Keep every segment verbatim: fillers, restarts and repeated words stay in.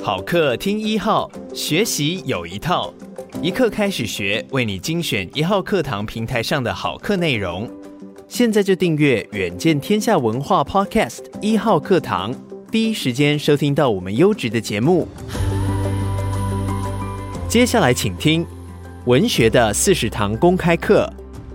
好课听一号，学习有一套，一课开始学，为你精选一号课堂平台上的好课内容。现在就订阅远见天下文化 Podcast 一号课堂，第一时间收听到我们优质的节目。接下来请听文学的四十堂公开课。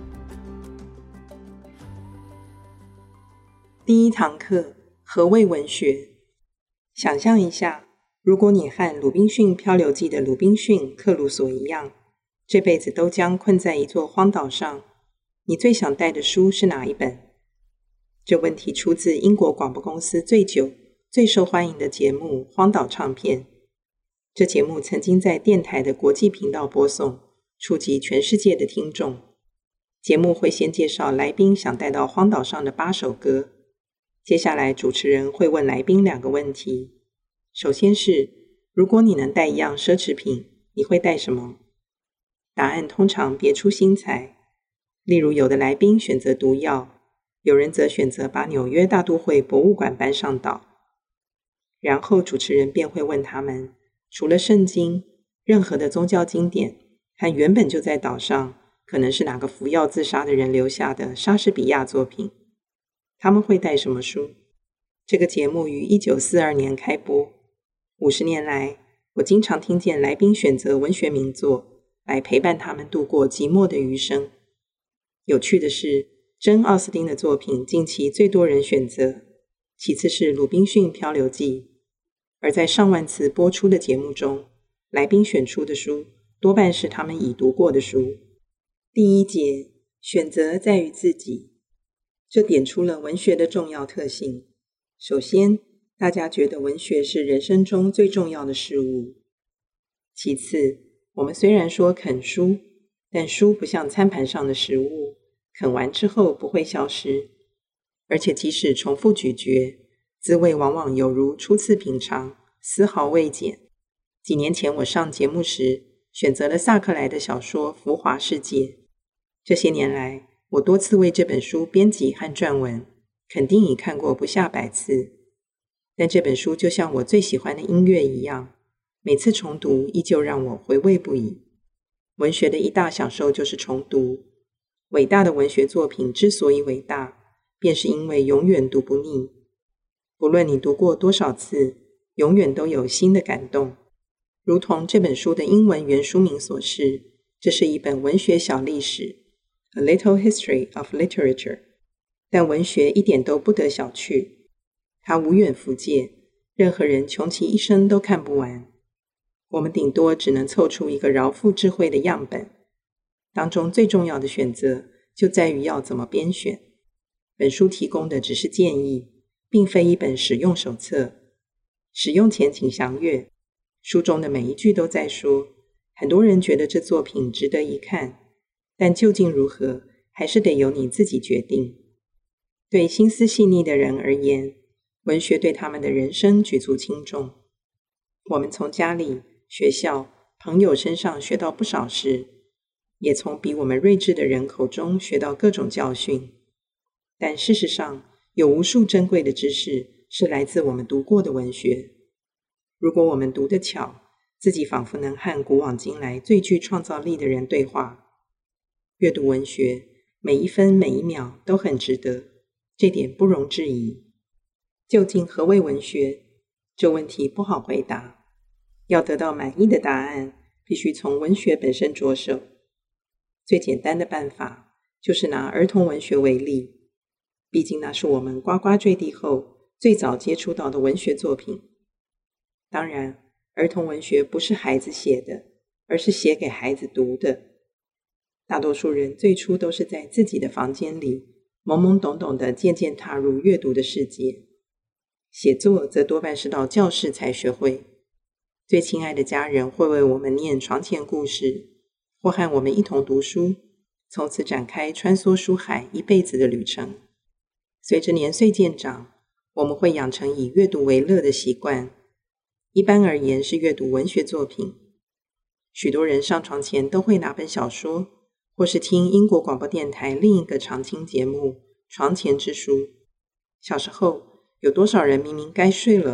第一堂课，何谓文学？想象一下，如果你和鲁滨逊漂流记的鲁滨逊、克鲁索一样，这辈子都将困在一座荒岛上，你最想带的书是哪一本？这问题出自英国广播公司最久、最受欢迎的节目《荒岛唱片》。这节目曾经在电台的国际频道播送，触及全世界的听众。节目会先介绍来宾想带到荒岛上的八首歌，接下来主持人会问来宾两个问题。首先是，如果你能带一样奢侈品，你会带什么？答案通常别出心裁，例如有的来宾选择毒药，有人则选择把纽约大都会博物馆搬上岛。然后主持人便会问他们，除了圣经，任何的宗教经典和原本就在岛上可能是哪个服药自杀的人留下的莎士比亚作品，他们会带什么书？这个节目于一九四二年开播，五十年来，我经常听见来宾选择文学名作来陪伴他们度过寂寞的余生。有趣的是，珍·奥斯汀的作品近期最多人选择，其次是《鲁滨逊漂流记》。而在上万次播出的节目中，来宾选出的书多半是他们已读过的书。第一节，选择在于自己，这点出了文学的重要特性。首先，大家觉得文学是人生中最重要的事物。其次，我们虽然说啃书，但书不像餐盘上的食物，啃完之后不会消失，而且即使重复咀嚼，滋味往往有如初次品尝，丝毫未减。几年前我上节目时，选择了萨克莱的小说《浮华世界》。这些年来，我多次为这本书编辑和撰文，肯定已看过不下百次。但这本书就像我最喜欢的音乐一样，每次重读依旧让我回味不已。文学的一大享受就是重读。伟大的文学作品之所以伟大，便是因为永远读不腻。不论你读过多少次，永远都有新的感动。如同这本书的英文原书名所示，这是一本文学小历史 A Little History of Literature。 但文学一点都不得小觑，它无远弗届，任何人穷其一生都看不完。我们顶多只能凑出一个饶富智慧的样本，当中最重要的选择就在于要怎么编选。本书提供的只是建议，并非一本使用手册。使用前请详阅，书中的每一句都在说，很多人觉得这作品值得一看，但究竟如何，还是得由你自己决定。对心思细腻的人而言，文学对他们的人生举足轻重。我们从家里、学校、朋友身上学到不少事，也从比我们睿智的人口中学到各种教训。但事实上，有无数珍贵的知识是来自我们读过的文学。如果我们读得巧，自己仿佛能和古往今来最具创造力的人对话。阅读文学，每一分每一秒都很值得，这点不容置疑。究竟何谓文学？这问题不好回答。要得到满意的答案，必须从文学本身着手。最简单的办法，就是拿儿童文学为例。毕竟那是我们呱呱坠地后最早接触到的文学作品。当然，儿童文学不是孩子写的，而是写给孩子读的。大多数人最初都是在自己的房间里懵懵懂懂地渐渐踏入阅读的世界。写作则多半是到教室才学会。最亲爱的家人会为我们念床前故事，或和我们一同读书，从此展开穿梭书海一辈子的旅程。随着年岁渐长，我们会养成以阅读为乐的习惯，一般而言是阅读文学作品。许多人上床前都会拿本小说，或是听英国广播电台另一个常青节目《床前之书》。小时候，有多少人明明该睡了，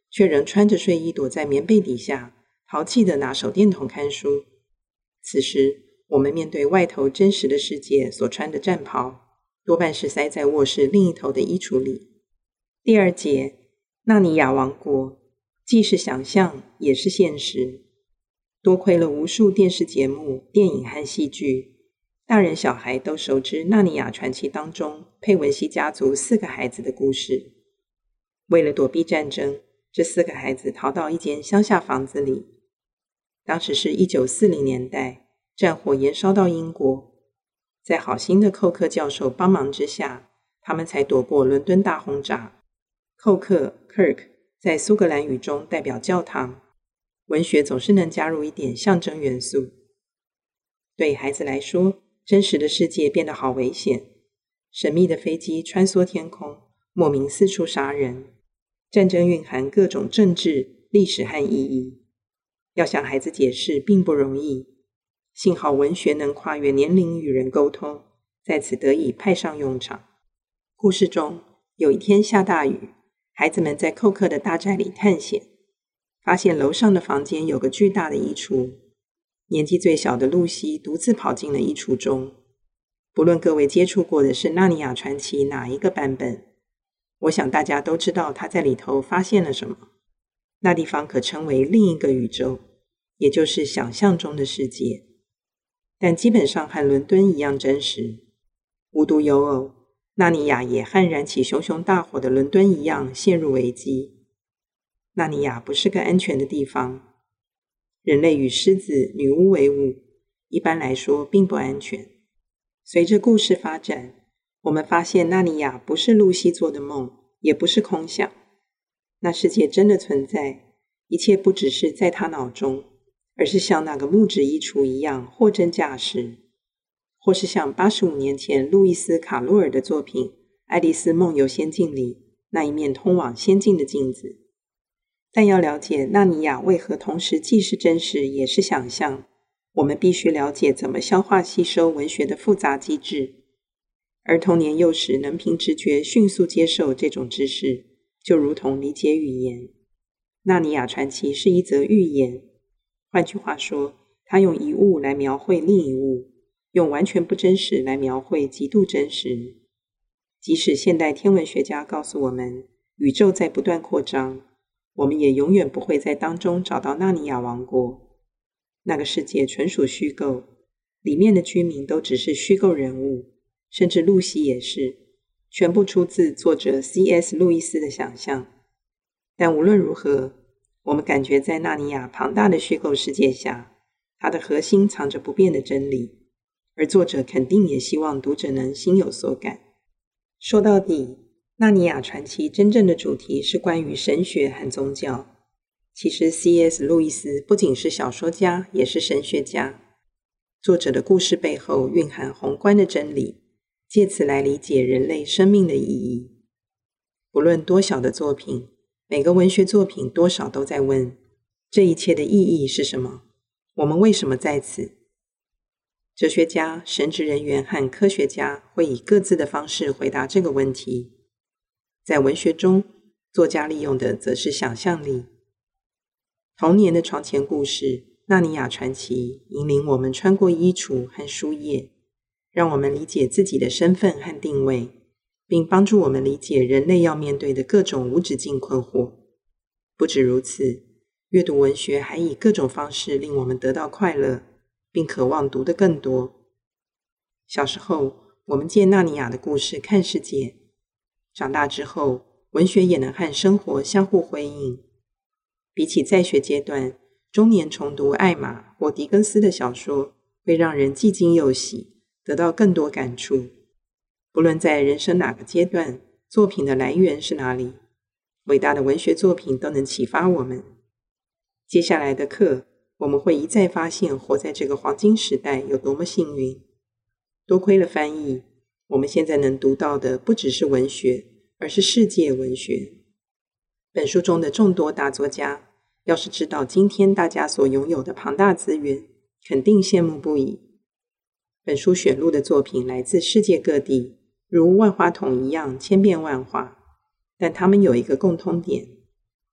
却仍穿着睡衣躲在棉被底下，淘气地拿手电筒看书。此时，我们面对外头真实的世界所穿的战袍，多半是塞在卧室另一头的衣橱里。第二节，纳尼亚王国，既是想象，也是现实。多亏了无数电视节目、电影和戏剧，大人小孩都熟知《纳尼亚传奇》当中佩文西家族四个孩子的故事。为了躲避战争，这四个孩子逃到一间乡下房子里。当时是一九四零年代，战火延烧到英国，在好心的寇克教授帮忙之下，他们才躲过伦敦大轰炸。寇克 Kirk 在苏格兰语中代表教堂，文学总是能加入一点象征元素。对孩子来说，真实的世界变得好危险，神秘的飞机穿梭天空，莫名四处杀人，战争蕴含各种政治、历史和意义。要向孩子解释并不容易，幸好文学能跨越年龄与人沟通，在此得以派上用场。故事中，有一天下大雨，孩子们在寇克的大寨里探险，发现楼上的房间有个巨大的衣橱。年纪最小的露西独自跑进了衣橱中。不论各位接触过的是《纳尼亚传奇》哪一个版本，我想大家都知道他在里头发现了什么。那地方可称为另一个宇宙，也就是想象中的世界，但基本上和伦敦一样真实。无独有偶，纳尼亚也和燃起熊熊大火的伦敦一样陷入危机。纳尼亚不是个安全的地方，人类与狮子、女巫为伍，一般来说并不安全。随着故事发展，我们发现纳尼亚不是露西做的梦，也不是空想。那世界真的存在，一切不只是在他脑中，而是像那个木质衣橱一样货真价实，或是像八十五年前路易斯·卡洛尔的作品《爱丽丝梦游仙境》里那一面通往仙境的镜子。但要了解纳尼亚为何同时既是真实也是想象，我们必须了解怎么消化吸收文学的复杂机制。儿童年幼时能凭直觉迅速接受这种知识，就如同理解语言。纳尼亚传奇是一则寓言，换句话说，它用一物来描绘另一物，用完全不真实来描绘极度真实。即使现代天文学家告诉我们，宇宙在不断扩张，我们也永远不会在当中找到纳尼亚王国。那个世界纯属虚构，里面的居民都只是虚构人物，甚至露西也是，全部出自作者 C S 路易斯的想象。但无论如何，我们感觉在纳尼亚庞大的虚构世界下，它的核心藏着不变的真理，而作者肯定也希望读者能心有所感。说到底，纳尼亚传奇真正的主题是关于神学和宗教。其实 C S 路易斯不仅是小说家，也是神学家。作者的故事背后蕴含宏观的真理，借此来理解人类生命的意义。不论多小的作品，每个文学作品多少都在问，这一切的意义是什么？我们为什么在此？哲学家、神职人员和科学家会以各自的方式回答这个问题。在文学中，作家利用的则是想象力。童年的床前故事《纳尼亚传奇》引领我们穿过衣橱和书页，让我们理解自己的身份和定位，并帮助我们理解人类要面对的各种无止境困惑。不止如此，阅读文学还以各种方式令我们得到快乐，并渴望读得更多。小时候，我们借纳尼亚的故事看世界，长大之后，文学也能和生活相互辉映。比起在学阶段，中年重读艾玛或狄更斯的小说，会让人既惊又喜，得到更多感触。不论在人生哪个阶段，作品的来源是哪里，伟大的文学作品都能启发我们。接下来的课，我们会一再发现活在这个黄金时代有多么幸运。多亏了翻译，我们现在能读到的不只是文学，而是世界文学。本书中的众多大作家，要是知道今天大家所拥有的庞大资源，肯定羡慕不已。本书选录的作品来自世界各地，如万花筒一样千变万化，但它们有一个共通点，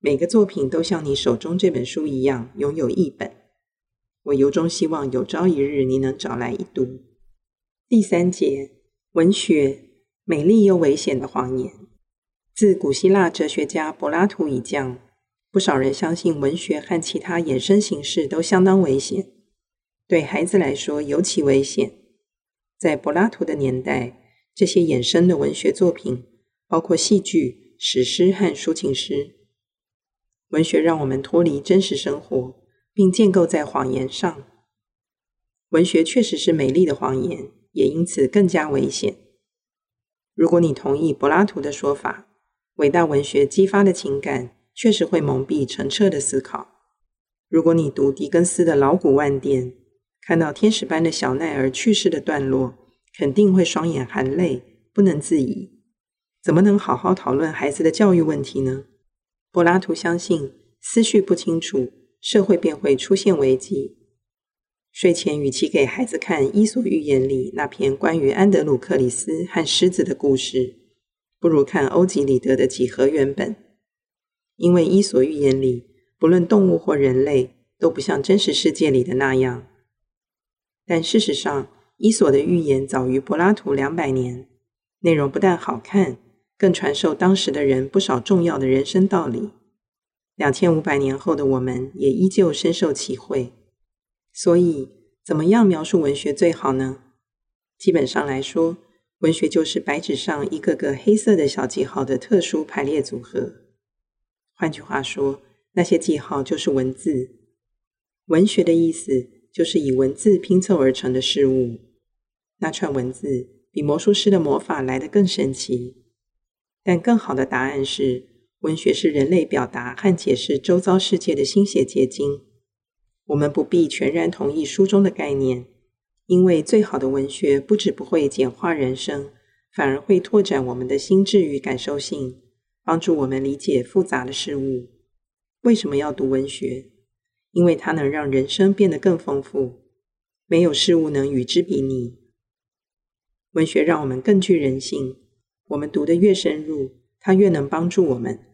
每个作品都像你手中这本书一样拥有一本。我由衷希望有朝一日你能找来一读。第三节，文学，美丽又危险的谎言。自古希腊哲学家柏拉图以降，不少人相信文学和其他衍生形式都相当危险，对孩子来说尤其危险。在柏拉图的年代，这些衍生的文学作品包括戏剧、史诗和抒情诗。文学让我们脱离真实生活，并建构在谎言上。文学确实是美丽的谎言，也因此更加危险。如果你同意柏拉图的说法，伟大文学激发的情感确实会蒙蔽澄澈的思考。如果你读狄更斯的《老古万殿》，看到天使般的小奈儿去世的段落，肯定会双眼含泪，不能自已。怎么能好好讨论孩子的教育问题呢？柏拉图相信，思绪不清楚，社会便会出现危机。睡前与其给孩子看《伊索寓言》里那篇关于安德鲁克里斯和狮子的故事，不如看欧几里得的几何原本。因为《伊索寓言》里，不论动物或人类，都不像真实世界里的那样。但事实上，伊索的寓言早于柏拉图两百年，内容不但好看，更传授当时的人不少重要的人生道理。两千五百年后的我们也依旧深受其惠。所以，怎么样描述文学最好呢？基本上来说，文学就是白纸上一个个黑色的小记号的特殊排列组合。换句话说，那些记号就是文字。文学的意思就是以文字拼凑而成的事物。那串文字比魔术师的魔法来得更神奇。但更好的答案是，文学是人类表达和解释周遭世界的心血结晶。我们不必全然同意书中的概念，因为最好的文学不只不会简化人生，反而会拓展我们的心智与感受性，帮助我们理解复杂的事物。为什么要读文学？因为它能让人生变得更丰富，没有事物能与之比拟。文学让我们更具人性，我们读得越深入，它越能帮助我们。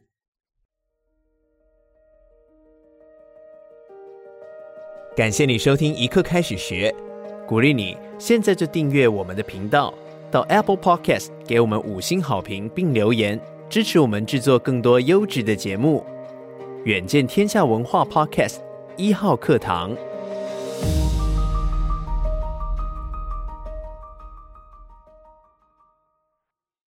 感谢你收听一课开始学，鼓励你现在就订阅我们的频道，到 Apple Podcast 给我们五星好评并留言，支持我们制作更多优质的节目。远见天下文化 Podcast 一号课堂。